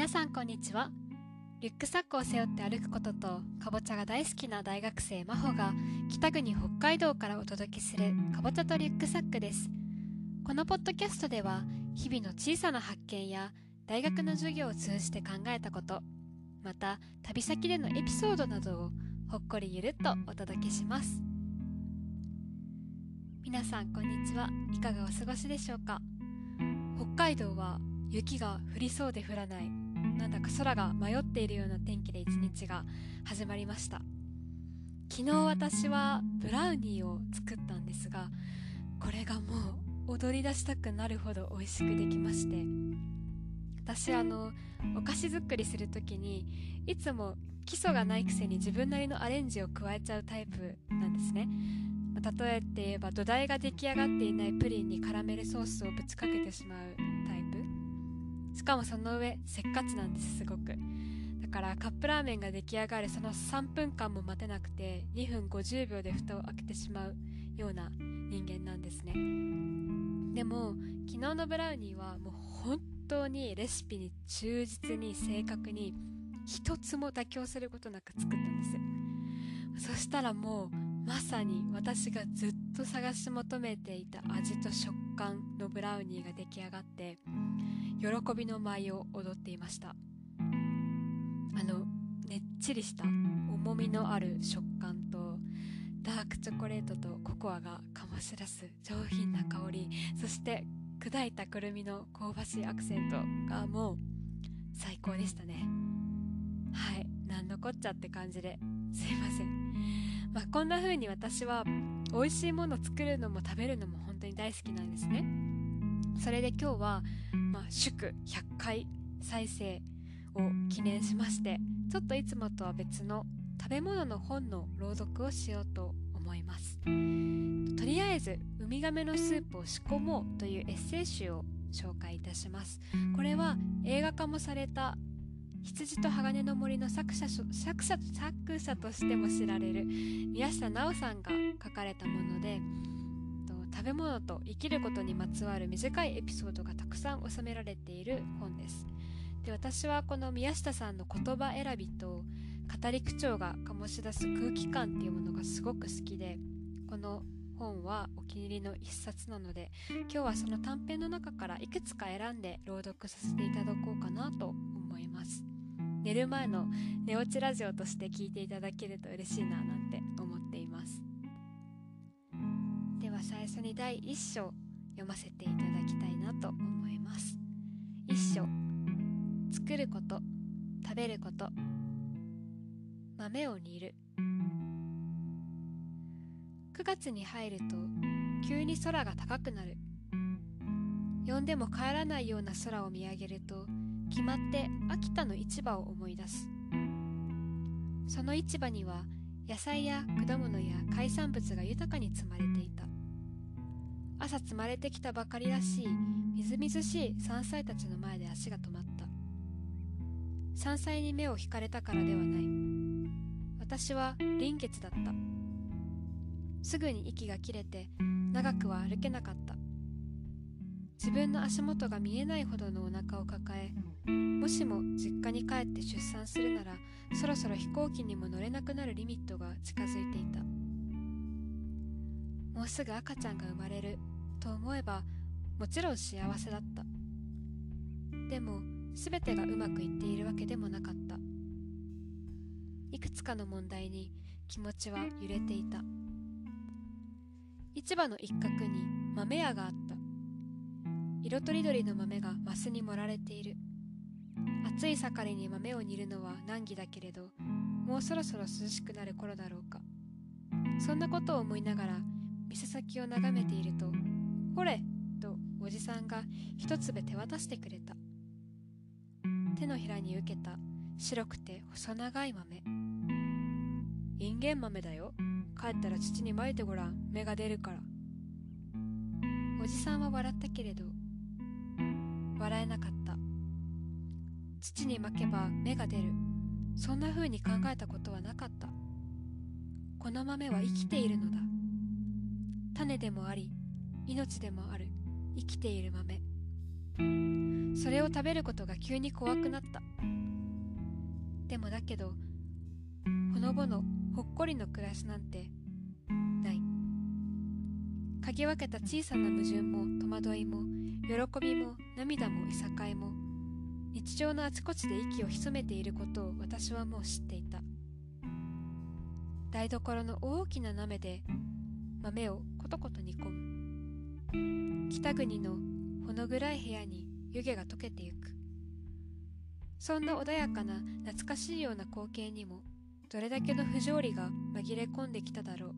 皆さんこんにちは。リュックサックを背負って歩くこととかぼちゃが大好きな大学生真帆が北国北海道からお届けするかぼちゃとリュックサックです。このポッドキャストでは日々の小さな発見や大学の授業を通じて考えたこと、また旅先でのエピソードなどをほっこりゆるっとお届けします。皆さんこんにちは。いかがお過ごしでしょうか。北海道は雪が降りそうで降らない、なんだか空が迷っているような天気で一日が始まりました。昨日私はブラウニーを作ったんですが、これがもう踊り出したくなるほど美味しくできまして、私お菓子作りするときにいつも基礎がないくせに自分なりのアレンジを加えちゃうタイプなんですね。例えて言えば土台が出来上がっていないプリンにカラメルソースをぶちかけてしまうタイプ。しかもその上せっかちなんです。すごくだからカップラーメンが出来上がるその3分間も待てなくて2分50秒で蓋を開けてしまうような人間なんですね。でも昨日のブラウニーはもう本当にレシピに忠実に正確に一つも妥協することなく作ったんです。そしたらもうまさに私がずっと探し求めていた味と食感のブラウニーが出来上がって喜びの舞を踊っていました。ねっちりした重みのある食感とダークチョコレートとココアが醸し出す上品な香り、そして砕いたくるみの香ばしいアクセントがもう最高でしたね。はい、なんのこっちゃって感じですいません。こんな風に私は美味しいものを作るのも食べるのも本当に大好きなんですね。それで今日は、祝100回再生を記念しまして、ちょっといつもとは別の食べ物の本の朗読をしようと思います。とりあえずウミガメのスープを仕込もうというエッセイ集を紹介いたします。これは映画化もされた羊と鋼の森の作者としても知られる宮下直さんが書かれたもので、食べ物と生きることにまつわる短いエピソードがたくさん収められている本です。で、私はこの宮下さんの言葉選びと語り口調が醸し出す空気感っていうものがすごく好きで、この本はお気に入りの一冊なので、今日はその短編の中からいくつか選んで朗読させていただこうかなと思います。寝る前の寝落ちラジオとして聞いていただけると嬉しいななんて思っています。では最初に第一章読ませていただきたいなと思います。一章、作ること、食べること。豆を煮る。9月に入ると急に空が高くなる。呼んでも帰らないような空を見上げると決まって秋田の市場を思い出す。その市場には野菜や果物や海産物が豊かに積まれていた。朝積まれてきたばかりらしいみずみずしい山菜たちの前で足が止まった。山菜に目を惹かれたからではない。私は臨月だった。すぐに息が切れて長くは歩けなかった。自分の足元が見えないほどのお腹を抱え、もしも実家に帰って出産するならそろそろ飛行機にも乗れなくなるリミットが近づいていた。もうすぐ赤ちゃんが生まれると思えばもちろん幸せだった。でも全てがうまくいっているわけでもなかった。いくつかの問題に気持ちは揺れていた。市場の一角に豆屋があった。色とりどりの豆がマスに盛られている。暑い盛りに豆を煮るのは難儀だけれど、もうそろそろ涼しくなる頃だろうか。そんなことを思いながら店先を眺めていると、ほれとおじさんが一粒手渡してくれた。手のひらに受けた白くて細長い豆。インゲン豆だよ。帰ったら土にまいてごらん。芽が出るから。おじさんは笑ったけれど笑えなかった。土にまけば芽が出る、そんな風に考えたことはなかった。この豆は生きているのだ。種でもあり命でもある生きている豆。 それを食べることが急に怖くなった。でもだけど、ほのぼのほっこりの暮らしなんてない。嗅ぎ分けた小さな矛盾も戸惑いも喜びも涙もいさかいも日常のあちこちで息を潜めていることを私はもう知っていた。台所の大きな鍋で豆をコトコト煮込む。北国のほの暗い部屋に湯気が溶けてゆく。そんな穏やかな懐かしいような光景にもどれだけの不条理が紛れ込んできただろう。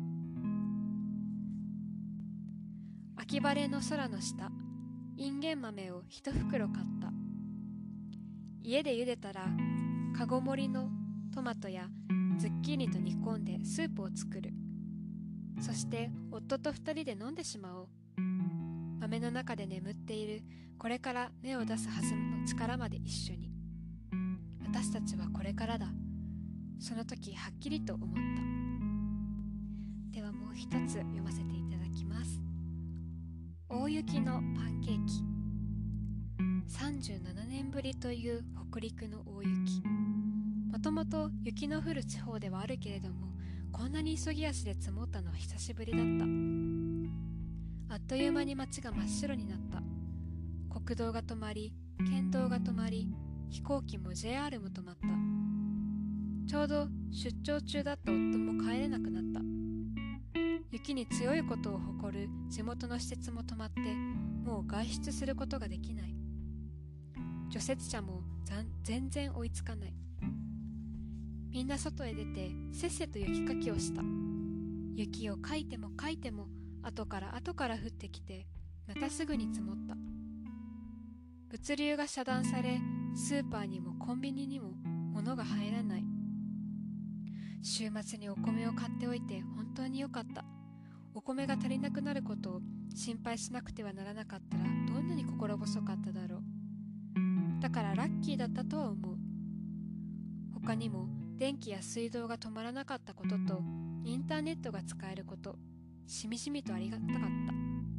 秋晴れの空の下、インゲン豆を一袋買った。家で茹でたらかご盛りのトマトやズッキーニと煮込んでスープを作る。そして夫と二人で飲んでしまおう。豆の中で眠っているこれから芽を出すはずの力まで一緒に。私たちはこれからだ。その時はっきりと思った。ではもう一つ読ませていただきます。大雪のパンケーキ。37年ぶりという北陸の大雪。もともと雪の降る地方ではあるけれども、こんなに急ぎ足で積もったのは久しぶりだった。あっという間に街が真っ白になった。国道が止まり、県道が止まり、飛行機も JR も止まった。ちょうど出張中だった夫も帰れなくなった。雪に強いことを誇る地元の施設も止まって、もう外出することができない。除雪車も全然追いつかない。みんな外へ出てせっせと雪かきをした。雪をかいてもかいても後から降ってきて、またすぐに積もった。物流が遮断され、スーパーにもコンビニにも物が入らない。週末にお米を買っておいて本当によかった。お米が足りなくなることを心配しなくてはならなかったらどんなに心細かっただろう。だからラッキーだったとは思う。他にも電気や水道が止まらなかったこととインターネットが使えること、しみしみとありがたかった。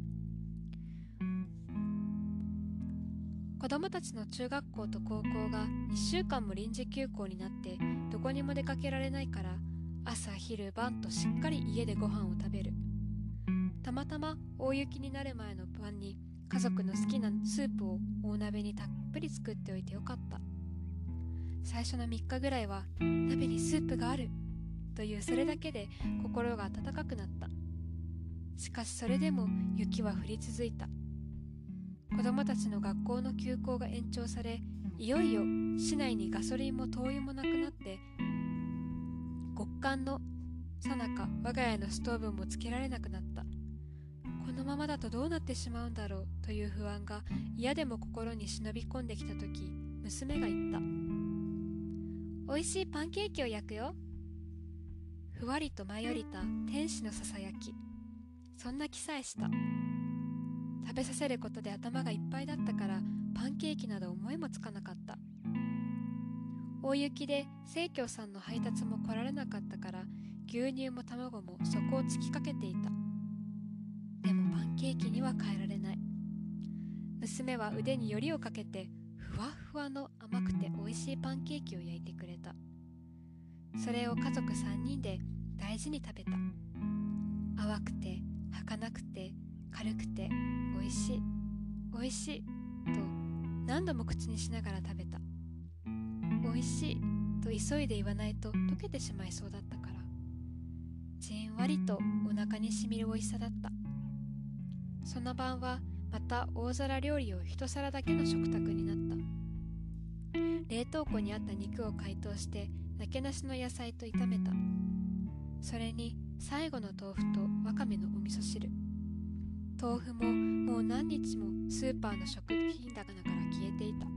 子供たちの中学校と高校が1週間も臨時休校になってどこにも出かけられないから、朝昼晩としっかり家でご飯を食べる。たまたま大雪になる前の晩に家族の好きなスープを大鍋にたっぷり作っておいてよかった。最初の3日ぐらいは鍋にスープがあるというそれだけで心が温かくなった。しかしそれでも雪は降り続いた。子供たちの学校の休校が延長され、いよいよ市内にガソリンも灯油もなくなって、極寒の最中我が家のストーブもつけられなくなった。このままだとどうなってしまうんだろうという不安が嫌でも心に忍び込んできたとき、娘が言った。おいしいパンケーキを焼くよ。ふわりと舞い降りた天使のささやき。そんな気さえした。食べさせることで頭がいっぱいだったからパンケーキなど思いもつかなかった。大雪で生協さんの配達も来られなかったから牛乳も卵も底をつきかけていた。でもパンケーキには変えられない。娘は腕によりをかけてふわふわの甘くておいしいパンケーキを焼いてくれた。それを家族3人で大事に食べた。淡くて儚くて軽くておいしいおいしいと何度も口にしながら食べた。おいしいと急いで言わないと溶けてしまいそうだったから、じんわりとお腹にしみるおいしさだった。その晩はまた大皿料理を一皿だけの食卓になった。冷凍庫にあった肉を解凍してなけなしの野菜と炒めた。それに最後の豆腐とわかめのお味噌汁。豆腐ももう何日もスーパーの食品棚から消えていた。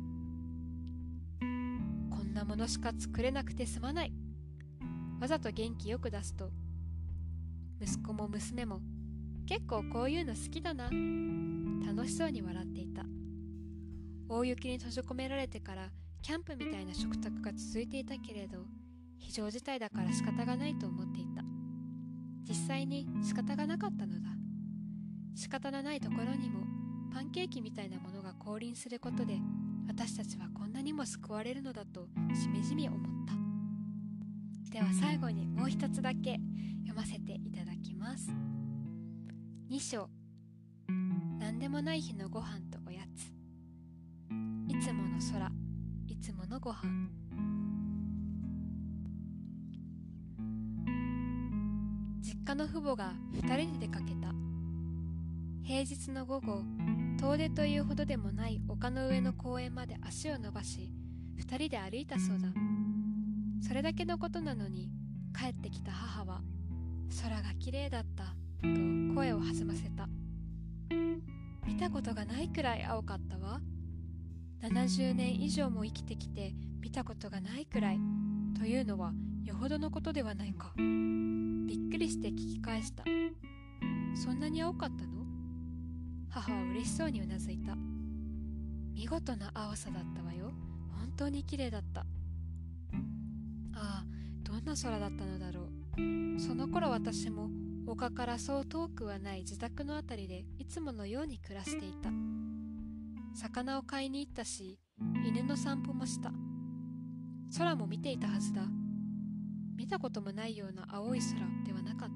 こんなものしか作れなくてすまない。わざと元気よく出すと、息子も娘も結構こういうの好きだな、楽しそうに笑っていた。大雪に閉じ込められてからキャンプみたいな食卓が続いていたけれど、非常事態だから仕方がないと思っていた。実際に仕方がなかったのだ。仕方のないところにもパンケーキみたいなものが降臨することで私たちはこんなにも救われるのだとしみじみ思った。では最後にもう一つだけ読ませていただきます。2章、何でもない日のご飯とおやつ。いつもの空、いつものご飯。実家の父母が2人で出かけた。平日の午後、遠出というほどでもない丘の上の公園まで足を伸ばし、2人で歩いたそうだ。それだけのことなのに、帰ってきた母は、空がきれいだったと声を弾ませた。見たことがないくらい青かったわ。70年以上も生きてきて見たことがないくらいというのはよほどのことではないか。びっくりして聞き返した。そんなに青かったの？母は嬉しそうにうなずいた。見事な青さだったわよ。本当に綺麗だった。ああ、どんな空だったのだろう。その頃私も丘からそう遠くはない自宅のあたりでいつものように暮らしていた。魚を買いに行ったし、犬の散歩もした。空も見ていたはずだ。見たこともないような青い空ではなかった。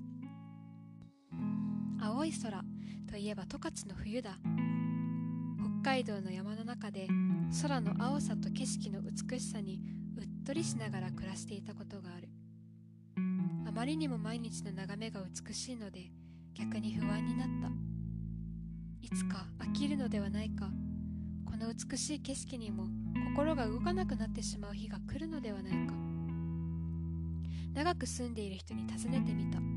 青い空といえば十勝の冬だ。北海道の山の中で空の青さと景色の美しさにうっとりしながら暮らしていたことがある。あまりにも毎日の眺めが美しいので逆に不安になった。いつか飽きるのではないか。この美しい景色にも心が動かなくなってしまう日が来るのではないか。長く住んでいる人に尋ねてみた。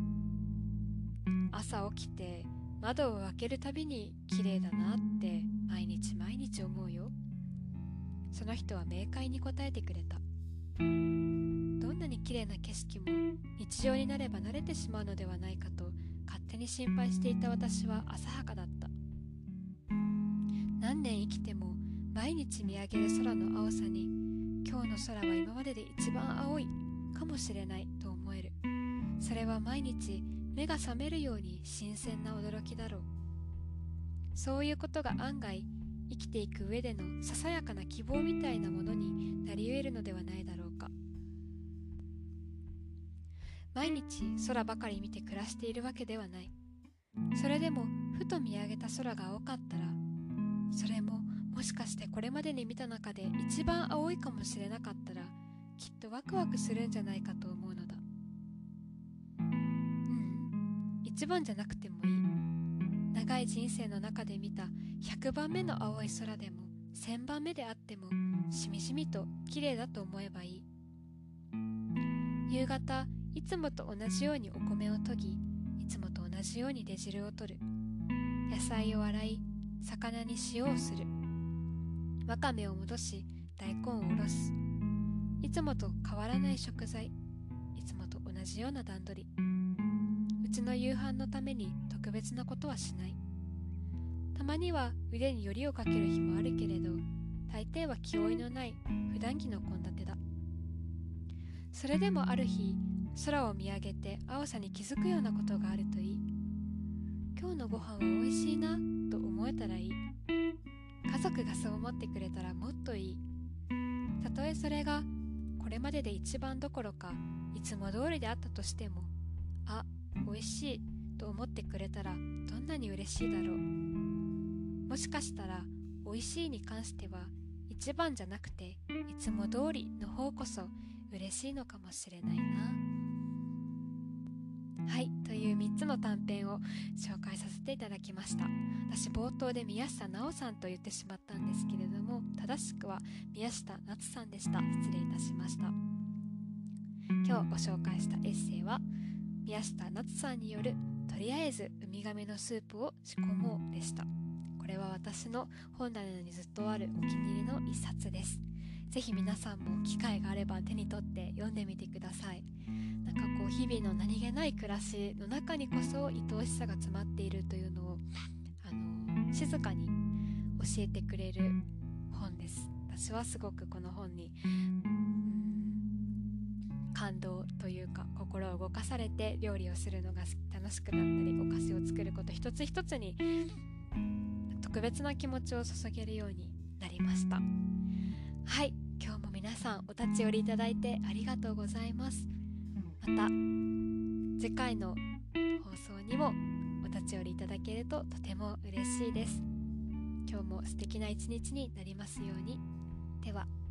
朝起きて窓を開けるたびに綺麗だなって毎日毎日思うよ。その人は明快に答えてくれた。どんなに綺麗な景色も日常になれば慣れてしまうのではないかと勝手に心配していた私は浅はかだった。何年生きても毎日見上げる空の青さに今日の空は今までで一番青いかもしれないと思える。それは毎日目が覚めるように新鮮な驚きだろう。そういうことが案外生きていく上でのささやかな希望みたいなものになり得るのではないだろうか。毎日空ばかり見て暮らしているわけではない。それでもふと見上げた空が青かったら、それももしかしてこれまでに見た中で一番青いかもしれなかったら、きっとワクワクするんじゃないかと思うのだ。一番じゃなくてもいい。長い人生の中で見た100番目の青い空でも1000番目であってもしみじみと綺麗だと思えばいい。夕方、いつもと同じようにお米を研ぎ、いつもと同じように出汁を取る。野菜を洗い、魚に塩をする。わかめを戻し、大根をおろす。いつもと変わらない食材、いつもと同じような段取り。うちの夕飯のために特別なことはしない。たまには腕によりをかける日もあるけれど、大抵は気負いのない普段着の献立だ。それでもある日、空を見上げて青さに気づくようなことがあるといい。今日のご飯は美味しいなと思えたらいい。家族がそう思ってくれたらもっといい。たとえそれがこれまでで一番どころかいつも通りであったとしても、あ、美味しいと思ってくれたらどんなに嬉しいだろう。もしかしたら美味しいに関しては一番じゃなくていつも通りの方こそ嬉しいのかもしれないな。はい、という3つの短編を紹介させていただきました。私冒頭で宮下奈緒さんと言ってしまったんですけれども、正しくは宮下夏さんでした。失礼いたしました。今日ご紹介したエッセイは宮下夏さんによるとりあえずウミガメのスープを仕込もうでした。これは私の本棚にずっとあるお気に入りの一冊です。ぜひ皆さんも機会があれば手に取って読んでみてください。なんかこう日々の何気ない暮らしの中にこそ愛おしさが詰まっているというのを静かに教えてくれる本です。私はすごくこの本に感動というか心を動かされて料理をするのが楽しくなったり、お菓子を作ること一つ一つに特別な気持ちを注げるようになりました。はい、今日も皆さんお立ち寄りいただいてありがとうございます。また次回の放送にもお立ち寄りいただけるととても嬉しいです。今日も素敵な一日になりますように。では。